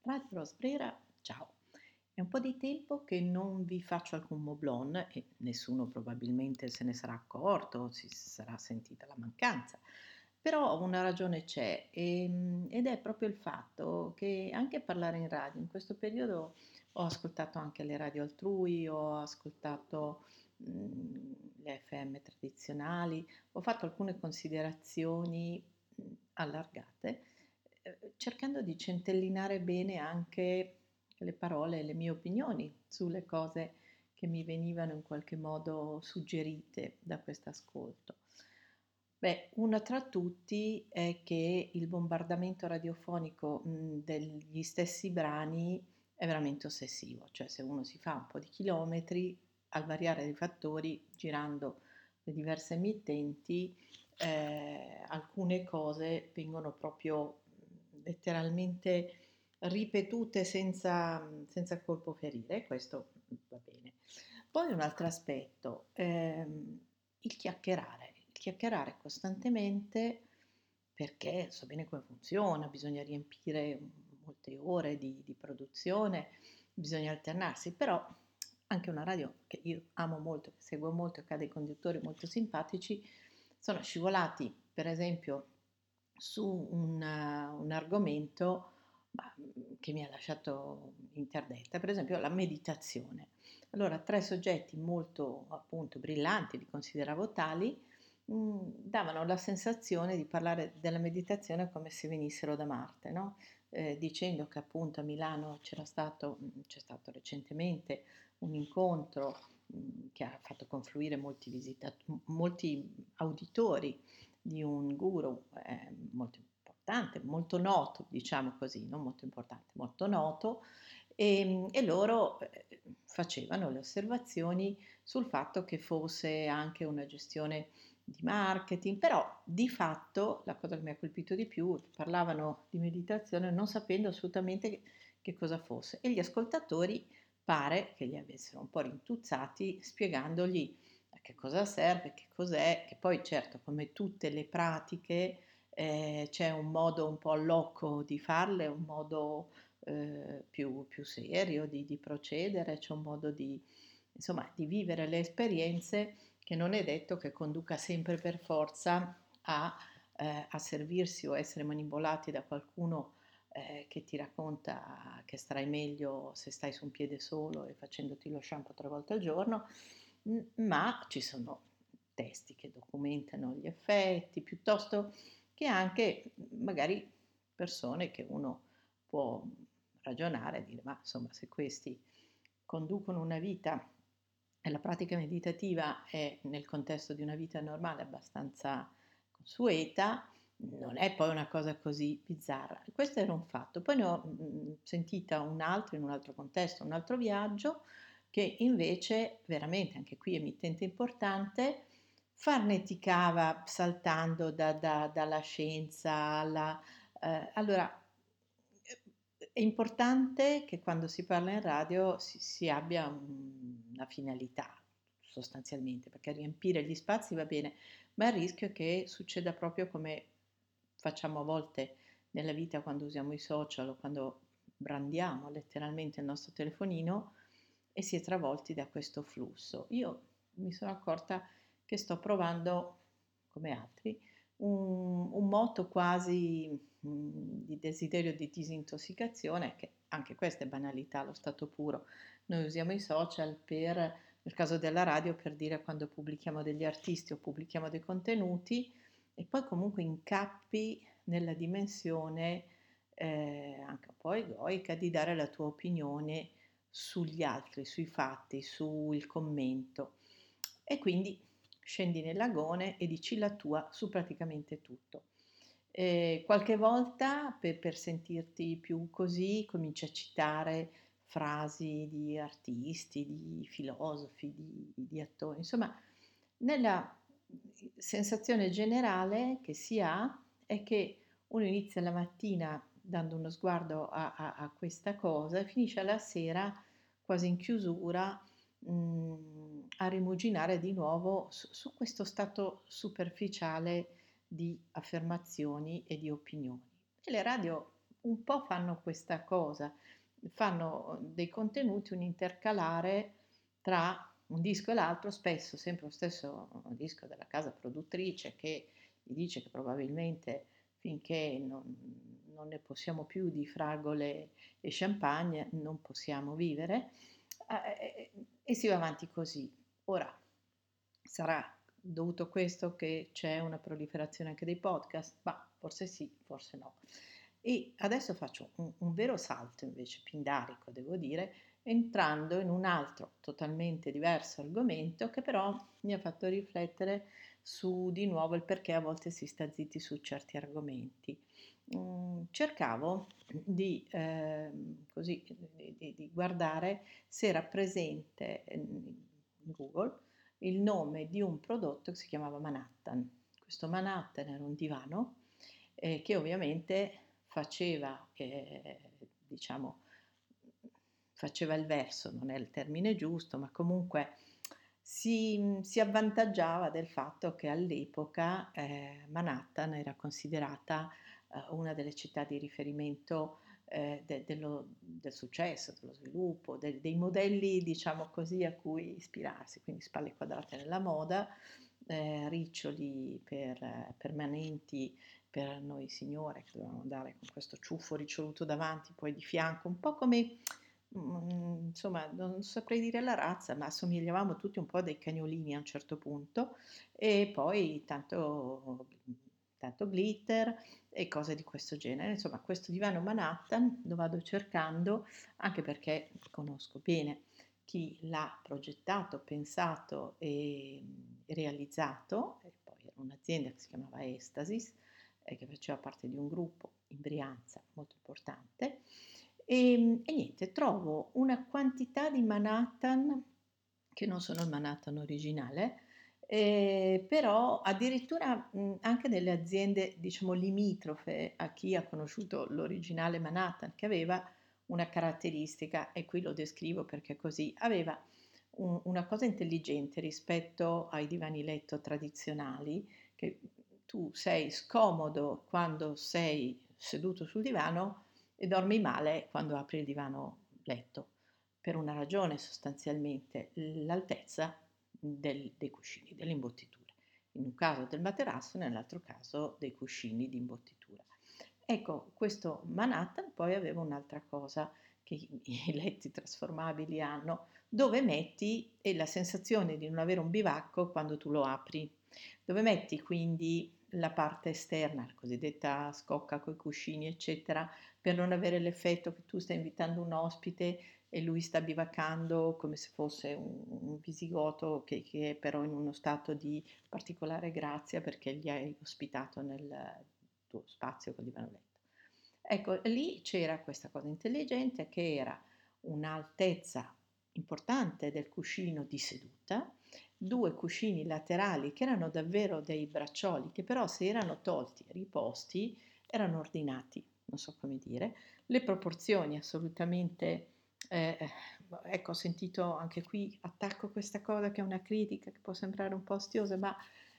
Radio Rosbrera, ciao. È un po' di tempo che non vi faccio alcun moblon e nessuno probabilmente se ne sarà accorto o si sarà sentita la mancanza. Però una ragione c'è ed è proprio il fatto che anche parlare in radio, in questo periodo ho ascoltato anche le radio altrui, ho ascoltato le FM tradizionali, ho fatto alcune considerazioni allargate cercando di centellinare bene anche le parole e le mie opinioni sulle cose che mi venivano in qualche modo suggerite da questo ascolto. Beh, una tra tutti è che il bombardamento radiofonico degli stessi brani è veramente ossessivo, cioè se uno si fa un po' di chilometri, al variare dei fattori, girando le diverse emittenti, alcune cose vengono proprio letteralmente ripetute senza colpo ferire, questo va bene. Poi un altro aspetto, il chiacchierare costantemente perché so bene come funziona, bisogna riempire molte ore di produzione, bisogna alternarsi, però anche una radio che io amo molto, che seguo molto, che ha dei conduttori molto simpatici, sono scivolati, per esempio, su un argomento che mi ha lasciato interdetta, per esempio la meditazione. Allora, tre soggetti molto appunto brillanti, li consideravo tali, davano la sensazione di parlare della meditazione come se venissero da Marte, no? Dicendo che appunto a Milano c'è stato recentemente un incontro che ha fatto confluire molti auditori di un guru molto importante, molto noto, diciamo così, non molto importante, molto noto, e loro facevano le osservazioni sul fatto che fosse anche una gestione di marketing, però di fatto la cosa che mi ha colpito di più, parlavano di meditazione non sapendo assolutamente che cosa fosse e gli ascoltatori pare che li avessero un po' rintuzzati spiegandogli a che cosa serve, che cos'è, che poi certo come tutte le pratiche c'è un modo un po' allocco di farle, un modo più serio di procedere, c'è un modo insomma, di vivere le esperienze che non è detto che conduca sempre per forza a servirsi o essere manipolati da qualcuno che ti racconta che starai meglio se stai su un piede solo e facendoti lo shampoo 3 volte al giorno, ma ci sono testi che documentano gli effetti, piuttosto che anche magari persone che uno può ragionare e dire, ma insomma, se questi conducono una vita e la pratica meditativa è nel contesto di una vita normale abbastanza consueta, non è poi una cosa così bizzarra. Questo era un fatto. Poi ne ho sentita un altro in un altro contesto, un altro viaggio, che invece, veramente anche qui emittente importante, farneticava saltando dalla scienza alla... allora, è importante che quando si parla in radio si abbia una finalità, sostanzialmente, perché riempire gli spazi va bene, ma il rischio è che succeda proprio come facciamo a volte nella vita quando usiamo i social o quando brandiamo letteralmente il nostro telefonino e si è travolti da questo flusso. Io mi sono accorta che sto provando, come altri, un moto quasi di desiderio di disintossicazione, che anche questa è banalità, lo stato puro. Noi usiamo i social per, nel caso della radio, per dire quando pubblichiamo degli artisti o pubblichiamo dei contenuti e poi comunque incappi nella dimensione anche un po' egoica di dare la tua opinione sugli altri, sui fatti, sul commento. E quindi scendi nell'agone e dici la tua su praticamente tutto. Qualche volta per sentirti più così cominci a citare frasi di artisti, di filosofi, di attori, insomma, nella sensazione generale che si ha è che uno inizia la mattina dando uno sguardo a questa cosa e finisce la sera quasi in chiusura a rimuginare di nuovo su questo stato superficiale di affermazioni e di opinioni. E le radio un po' fanno questa cosa, fanno dei contenuti, un intercalare tra un disco e l'altro, spesso sempre lo stesso disco della casa produttrice che gli dice che probabilmente finché non ne possiamo più di fragole e champagne non possiamo vivere, e si va avanti così. Ora, sarà dovuto a questo che c'è una proliferazione anche dei podcast? Ma forse sì, forse no. E adesso faccio un vero salto invece pindarico, devo dire, entrando in un altro totalmente diverso argomento che però mi ha fatto riflettere su di nuovo il perché a volte si sta zitti su certi argomenti. Cercavo di, così, di guardare se era presente in Google il nome di un prodotto che si chiamava Manhattan. Questo Manhattan era un divano che ovviamente faceva, diciamo, faceva il verso, non è il termine giusto, ma comunque si avvantaggiava del fatto che all'epoca Manhattan era considerata una delle città di riferimento del successo, dello sviluppo, dei modelli, diciamo così, a cui ispirarsi, quindi spalle quadrate nella moda, riccioli permanenti per noi signore che dovevamo andare con questo ciuffo riccioluto davanti, poi di fianco, un po' come, insomma, non saprei dire la razza, ma assomigliavamo tutti un po' a dei cagnolini a un certo punto, e poi tanto glitter e cose di questo genere. Insomma, questo divano Manhattan lo vado cercando anche perché conosco bene chi l'ha progettato, pensato e realizzato, e poi era un'azienda che si chiamava Estasis, che faceva parte di un gruppo in Brianza molto importante. E niente, trovo una quantità di Manhattan che non sono il Manhattan originale, però addirittura anche nelle aziende, diciamo, limitrofe a chi ha conosciuto l'originale Manhattan, che aveva una caratteristica, e qui lo descrivo perché così, aveva una cosa intelligente rispetto ai divani letto tradizionali, che tu sei scomodo quando sei seduto sul divano e dormi male quando apri il divano letto, per una ragione sostanzialmente, l'altezza dei cuscini, delle imbottiture. In un caso del materasso, nell'altro caso dei cuscini di imbottitura. Ecco, questo Manhattan poi aveva un'altra cosa che i letti trasformabili hanno, dove metti e la sensazione di non avere un bivacco quando tu lo apri, dove metti quindi la parte esterna, la cosiddetta scocca con i cuscini, eccetera, per non avere l'effetto che tu stai invitando un ospite e lui sta bivaccando come se fosse un visigoto che è però in uno stato di particolare grazia perché gli hai ospitato nel tuo spazio col divano letto. Ecco, lì c'era questa cosa intelligente che era un'altezza importante del cuscino di seduta, due cuscini laterali che erano davvero dei braccioli che però se erano tolti e riposti erano ordinati, non so come dire, le proporzioni assolutamente, eh, ecco, ho sentito anche qui, attacco questa cosa che è una critica che può sembrare un po' ostiosa, ma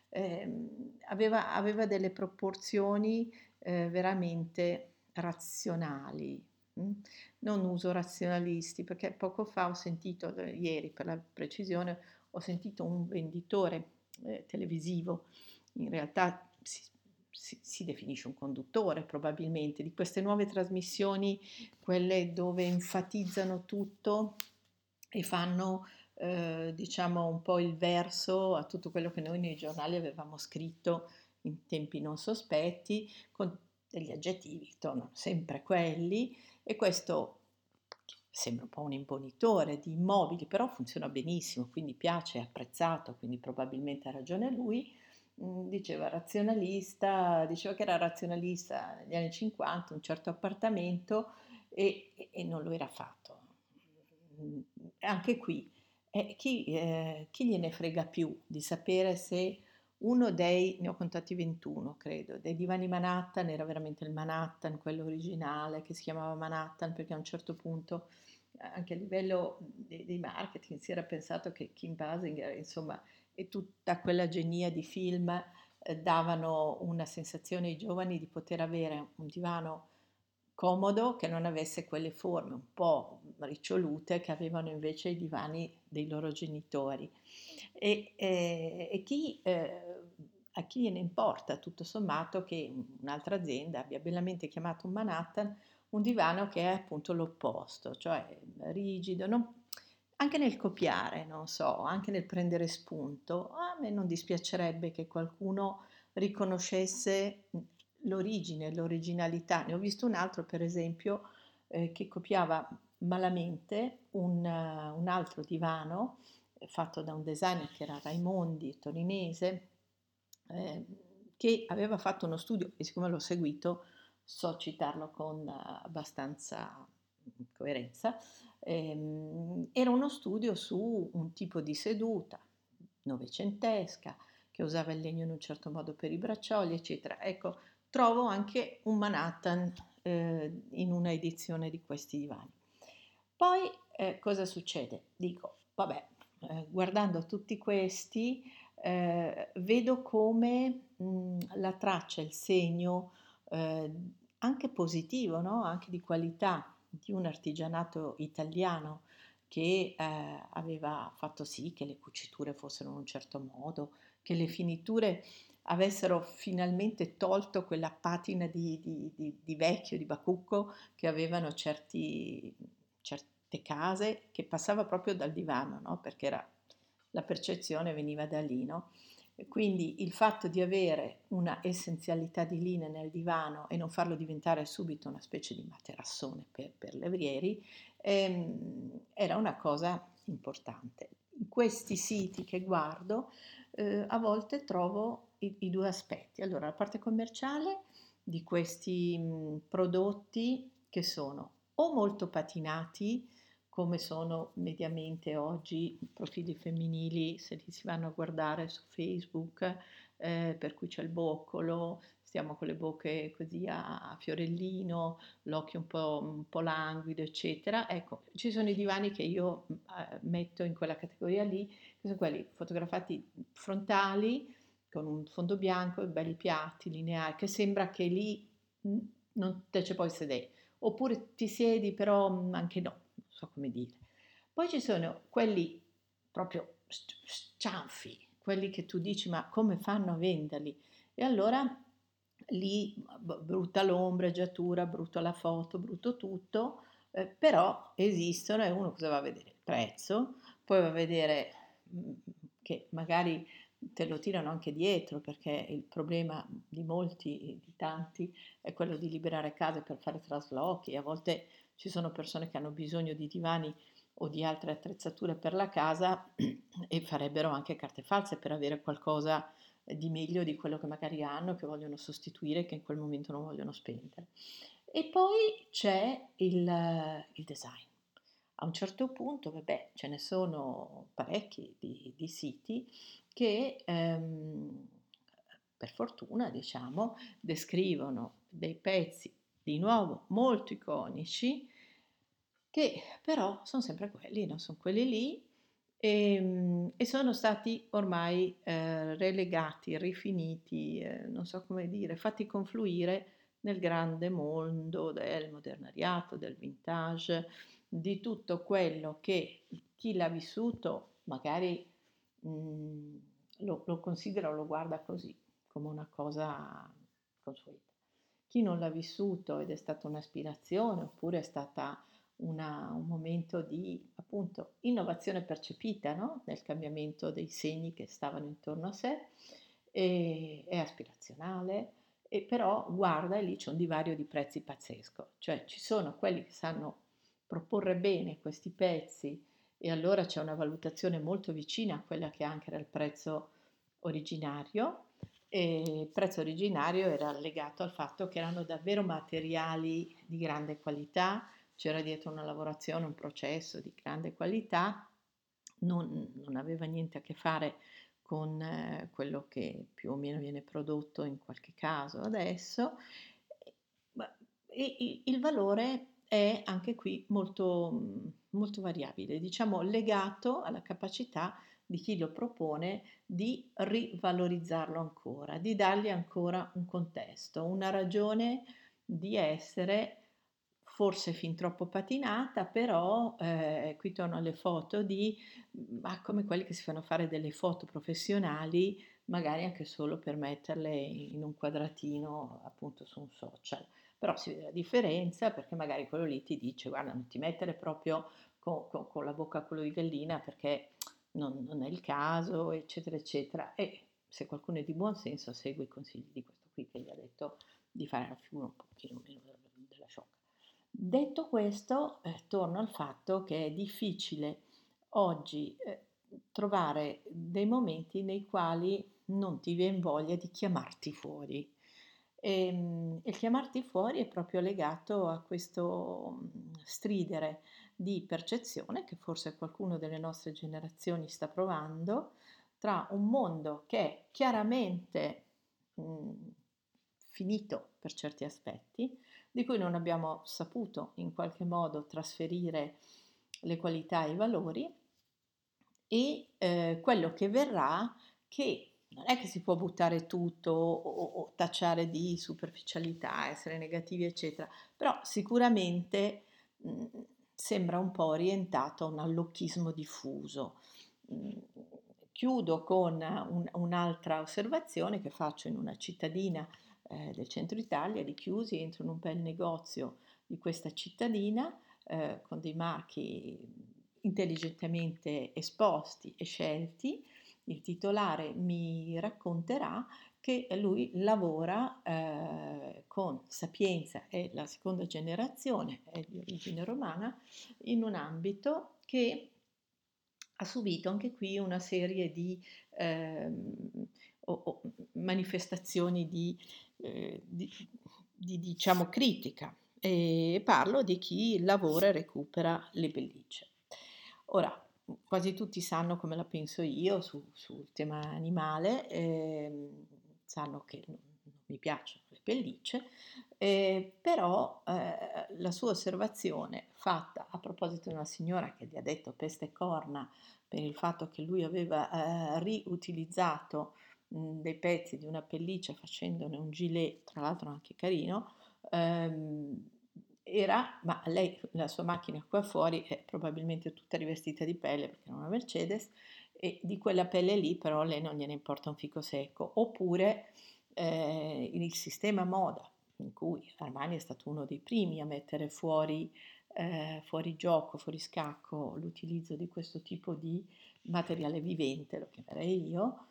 aveva delle proporzioni veramente razionali, mm? Non uso razionalisti, perché poco fa ho sentito, ieri per la precisione, ho sentito un venditore televisivo, in realtà si definisce un conduttore probabilmente, di queste nuove trasmissioni, quelle dove enfatizzano tutto e fanno diciamo un po' il verso a tutto quello che noi nei giornali avevamo scritto in tempi non sospetti, con degli aggettivi che tornano sempre quelli, e questo sembra un po' un imbonitore di immobili, però funziona benissimo, quindi piace, è apprezzato, quindi probabilmente ha ragione lui. Diceva razionalista, diceva che era razionalista negli anni 50, un certo appartamento e non lo era affatto. Anche qui, chi gliene frega più di sapere se uno dei, ne ho contati 21 credo, dei divani Manhattan era veramente il Manhattan, quello originale che si chiamava Manhattan perché a un certo punto anche a livello dei marketing si era pensato che Kim Basinger, insomma, e tutta quella genia di film davano una sensazione ai giovani di poter avere un divano comodo, che non avesse quelle forme un po' ricciolute che avevano invece i divani dei loro genitori. E a chi gliene importa tutto sommato che un'altra azienda abbia bellamente chiamato un Manhattan un divano che è appunto l'opposto, cioè rigido, anche nel copiare, non so, anche nel prendere spunto, a me non dispiacerebbe che qualcuno riconoscesse l'origine, l'originalità. Ne ho visto un altro, per esempio, che copiava malamente un altro divano fatto da un designer che era Raimondi, torinese, eh, che aveva fatto uno studio, e siccome l'ho seguito so citarlo con abbastanza coerenza, era uno studio su un tipo di seduta novecentesca che usava il legno in un certo modo per i braccioli, eccetera. Ecco, trovo anche un Manhattan in una edizione di questi divani. Poi cosa succede? Dico, vabbè, guardando tutti questi, vedo come la traccia, il segno, eh, anche positivo, no? Anche di qualità di un artigianato italiano che aveva fatto sì che le cuciture fossero in un certo modo, che le finiture avessero finalmente tolto quella patina di vecchio, di bacucco che avevano certe case che passava proprio dal divano, no? Perché la percezione veniva da lì, no? E quindi il fatto di avere una essenzialità di linea nel divano e non farlo diventare subito una specie di materassone per levrieri era una cosa importante. In questi siti che guardo a volte trovo i due aspetti. Allora, la parte commerciale di questi prodotti che sono o molto patinati, come sono mediamente oggi i profili femminili, se li si vanno a guardare su Facebook, per cui c'è il boccolo, stiamo con le bocche così a fiorellino, l'occhio un po' languido, eccetera. Ecco, ci sono i divani che io metto in quella categoria lì, che sono quelli fotografati frontali, con un fondo bianco e belli piatti, lineari, che sembra che lì mh, non te ci puoi sedere. Oppure ti siedi, però anche no, non so come dire. Poi ci sono quelli proprio scianfi, quelli che tu dici, ma come fanno a venderli? E allora lì brutta l'ombreggiatura, brutto la foto, brutto tutto, però esistono e uno cosa va a vedere? Il prezzo, poi va a vedere che magari te lo tirano anche dietro perché il problema di molti, di tanti, è quello di liberare case per fare traslochi. A volte ci sono persone che hanno bisogno di divani o di altre attrezzature per la casa e farebbero anche carte false per avere qualcosa di meglio di quello che magari hanno, che vogliono sostituire, che in quel momento non vogliono spendere. E poi c'è il design. A un certo punto, vabbè, ce ne sono parecchi di siti che per fortuna, diciamo, descrivono dei pezzi di nuovo molto iconici che però sono sempre quelli, no? Sono quelli lì e sono stati ormai relegati, rifiniti, non so come dire, fatti confluire nel grande mondo del modernariato, del vintage, di tutto quello che chi l'ha vissuto magari mh, lo considera o lo guarda così, come una cosa consueta. Chi non l'ha vissuto ed è stata un'aspirazione oppure è stata un momento di appunto innovazione percepita, no? Nel cambiamento dei segni che stavano intorno a sé, è aspirazionale, e però guarda e lì c'è un divario di prezzi pazzesco, cioè ci sono quelli che sanno proporre bene questi pezzi e allora c'è una valutazione molto vicina a quella che anche era il prezzo originario, e il prezzo originario era legato al fatto che erano davvero materiali di grande qualità, c'era dietro una lavorazione, un processo di grande qualità, non aveva niente a che fare con quello che più o meno viene prodotto in qualche caso adesso. E il valore è anche qui molto variabile, diciamo legato alla capacità di chi lo propone di rivalorizzarlo ancora, di dargli ancora un contesto, una ragione di essere forse fin troppo patinata, però qui torno alle foto ma come quelli che si fanno fare delle foto professionali, magari anche solo per metterle in un quadratino appunto su un social. Però si vede la differenza perché magari quello lì ti dice guarda non ti mettere proprio con la bocca a quello di gallina perché non è il caso, eccetera, eccetera. E se qualcuno è di buon senso segue i consigli di questo qui che gli ha detto di fare una figura un pochino meno della sciocca. Detto questo, torno al fatto che è difficile oggi trovare dei momenti nei quali non ti viene voglia di chiamarti fuori. Il chiamarti fuori è proprio legato a questo stridere di percezione che forse qualcuno delle nostre generazioni sta provando tra un mondo che è chiaramente mh, finito per certi aspetti, di cui non abbiamo saputo in qualche modo trasferire le qualità e i valori, e quello che verrà, che non è che si può buttare tutto o tacciare di superficialità, essere negativi, eccetera, però sicuramente mh, sembra un po' orientato a un allocchismo diffuso. Mh, Chiudo con un'altra osservazione che faccio in una cittadina del centro Italia, di Chiusi, entro in un bel negozio di questa cittadina con dei marchi intelligentemente esposti e scelti. Il titolare mi racconterà che lui lavora con Sapienza, è la seconda generazione, è di origine romana, in un ambito che ha subito anche qui una serie di ehm, o manifestazioni diciamo critica, e parlo di chi lavora e recupera le pellicce. Ora, quasi tutti sanno come la penso io sul tema animale, sanno che non mi piacciono le pellicce, però la sua osservazione fatta a proposito di una signora che gli ha detto peste e corna per il fatto che lui aveva riutilizzato dei pezzi di una pelliccia facendone un gilet, tra l'altro anche carino, ehm, ma lei, la sua macchina qua fuori è probabilmente tutta rivestita di pelle perché è una Mercedes e di quella pelle lì però a lei non gliene importa un fico secco. Oppure il sistema moda in cui Armani è stato uno dei primi a mettere fuori gioco, fuori scacco l'utilizzo di questo tipo di materiale vivente, lo chiamerei io,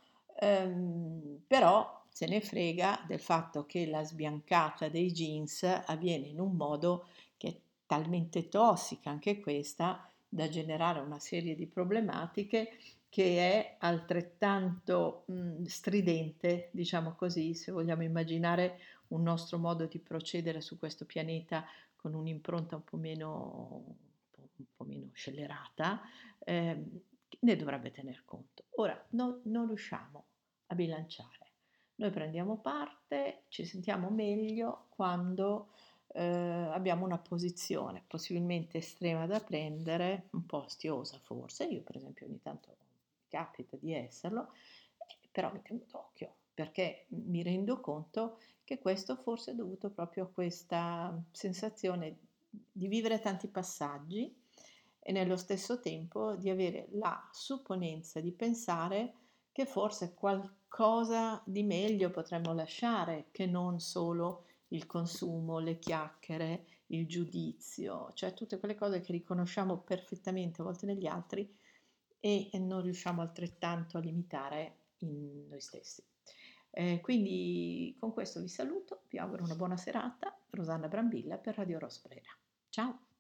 però se ne frega del fatto che la sbiancata dei jeans avviene in un modo che è talmente tossica anche questa da generare una serie di problematiche che è altrettanto stridente, diciamo così, se vogliamo immaginare un nostro modo di procedere su questo pianeta con un'impronta un po' meno scellerata, ne dovrebbe tener conto. Ora, non riusciamo a bilanciare. Noi prendiamo parte, ci sentiamo meglio quando abbiamo una posizione possibilmente estrema da prendere, un po' astiosa forse, io per esempio ogni tanto mi capita di esserlo, però mi tengo d'occhio perché mi rendo conto che questo forse è dovuto proprio a questa sensazione di vivere tanti passaggi e nello stesso tempo di avere la supponenza di pensare che forse qualcosa di meglio potremmo lasciare che non solo il consumo, le chiacchiere, il giudizio, cioè tutte quelle cose che riconosciamo perfettamente a volte negli altri e non riusciamo altrettanto a limitare in noi stessi. Quindi con questo vi saluto, vi auguro una buona serata. Rosanna Brambilla per Radio Rosbrera. Ciao!